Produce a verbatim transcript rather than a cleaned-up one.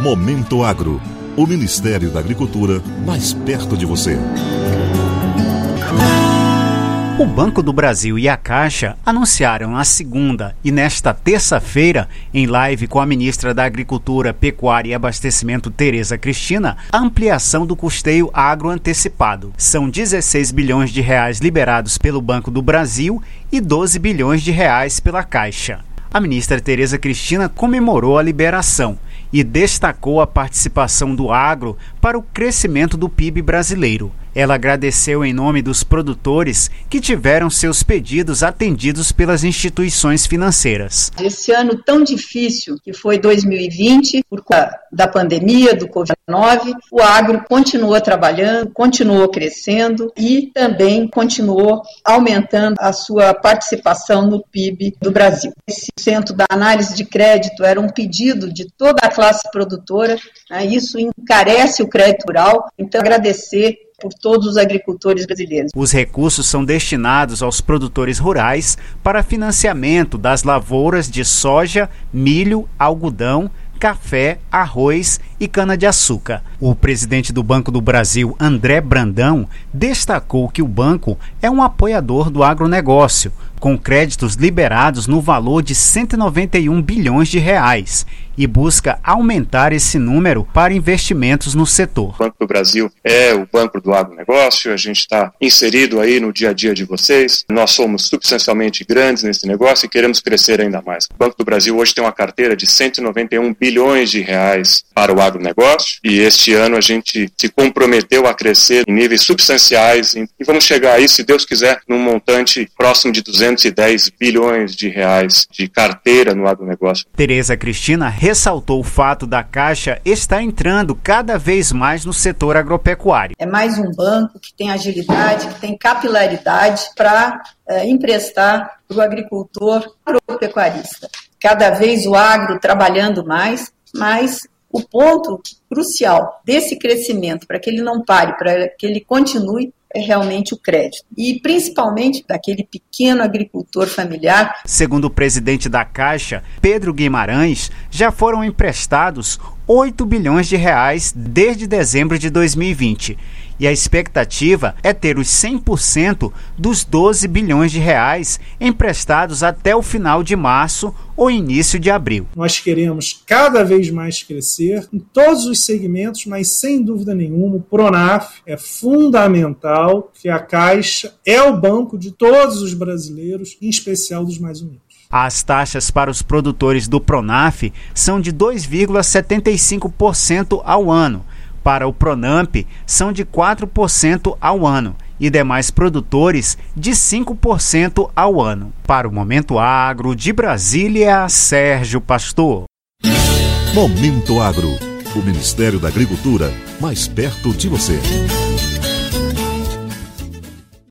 Momento Agro, o Ministério da Agricultura mais perto de você. O Banco do Brasil e a Caixa anunciaram na segunda e nesta terça-feira, em live com a ministra da Agricultura, Pecuária e Abastecimento, Tereza Cristina, a ampliação do custeio agro antecipado. São dezesseis bilhões de reais liberados pelo Banco do Brasil e doze bilhões de reais pela Caixa. A ministra Tereza Cristina comemorou a liberação e destacou a participação do agro para o crescimento do P I B brasileiro. Ela agradeceu em nome dos produtores que tiveram seus pedidos atendidos pelas instituições financeiras. Esse ano tão difícil que foi dois mil e vinte, por conta da pandemia, do covid dezenove, o agro continuou trabalhando, continuou crescendo e também continuou aumentando a sua participação no P I B do Brasil. Esse centro da análise de crédito era um pedido de toda a classe produtora, né? Isso encarece o crédito rural, então agradecer por todos os agricultores brasileiros. Os recursos são destinados aos produtores rurais para financiamento das lavouras de soja, milho, algodão, café, arroz e cana-de-açúcar. O presidente do Banco do Brasil, André Brandão, destacou que o banco é um apoiador do agronegócio, com créditos liberados no valor de cento e noventa e um bilhões de reais e busca aumentar esse número para investimentos no setor. O Banco do Brasil é o banco do agronegócio, a gente está inserido aí no dia a dia de vocês, nós somos substancialmente grandes nesse negócio e queremos crescer ainda mais. O Banco do Brasil hoje tem uma carteira de cento e noventa e um bilhões de reais para o agronegócio e este ano a gente se comprometeu a crescer em níveis substanciais e vamos chegar aí, se Deus quiser, num montante próximo de duzentos e dez bilhões de reais de carteira no agronegócio. Tereza Cristina ressaltou o fato da Caixa estar entrando cada vez mais no setor agropecuário. É mais um banco que tem agilidade, que tem capilaridade para é, emprestar para o agricultor agropecuarista. Cada vez o agro trabalhando mais, mas o ponto crucial desse crescimento, para que ele não pare, para que ele continue, é realmente o crédito. E principalmente daquele pequeno agricultor familiar. Segundo o presidente da Caixa, Pedro Guimarães, já foram emprestados oito bilhões de reais desde dezembro de dois mil e vinte. E a expectativa é ter os cem por cento dos doze bilhões de reais emprestados até o final de março ou início de abril. Nós queremos cada vez mais crescer em todos os segmentos, mas sem dúvida nenhuma o Pronaf é fundamental, que a Caixa é o banco de todos os brasileiros, em especial dos mais humildes. As taxas para os produtores do Pronaf são de dois vírgula setenta e cinco por cento ao ano. Para o Pronamp, são de quatro por cento ao ano e demais produtores de cinco por cento ao ano. Para o Momento Agro, de Brasília, Sérgio Pastor. Momento Agro, o Ministério da Agricultura mais perto de você.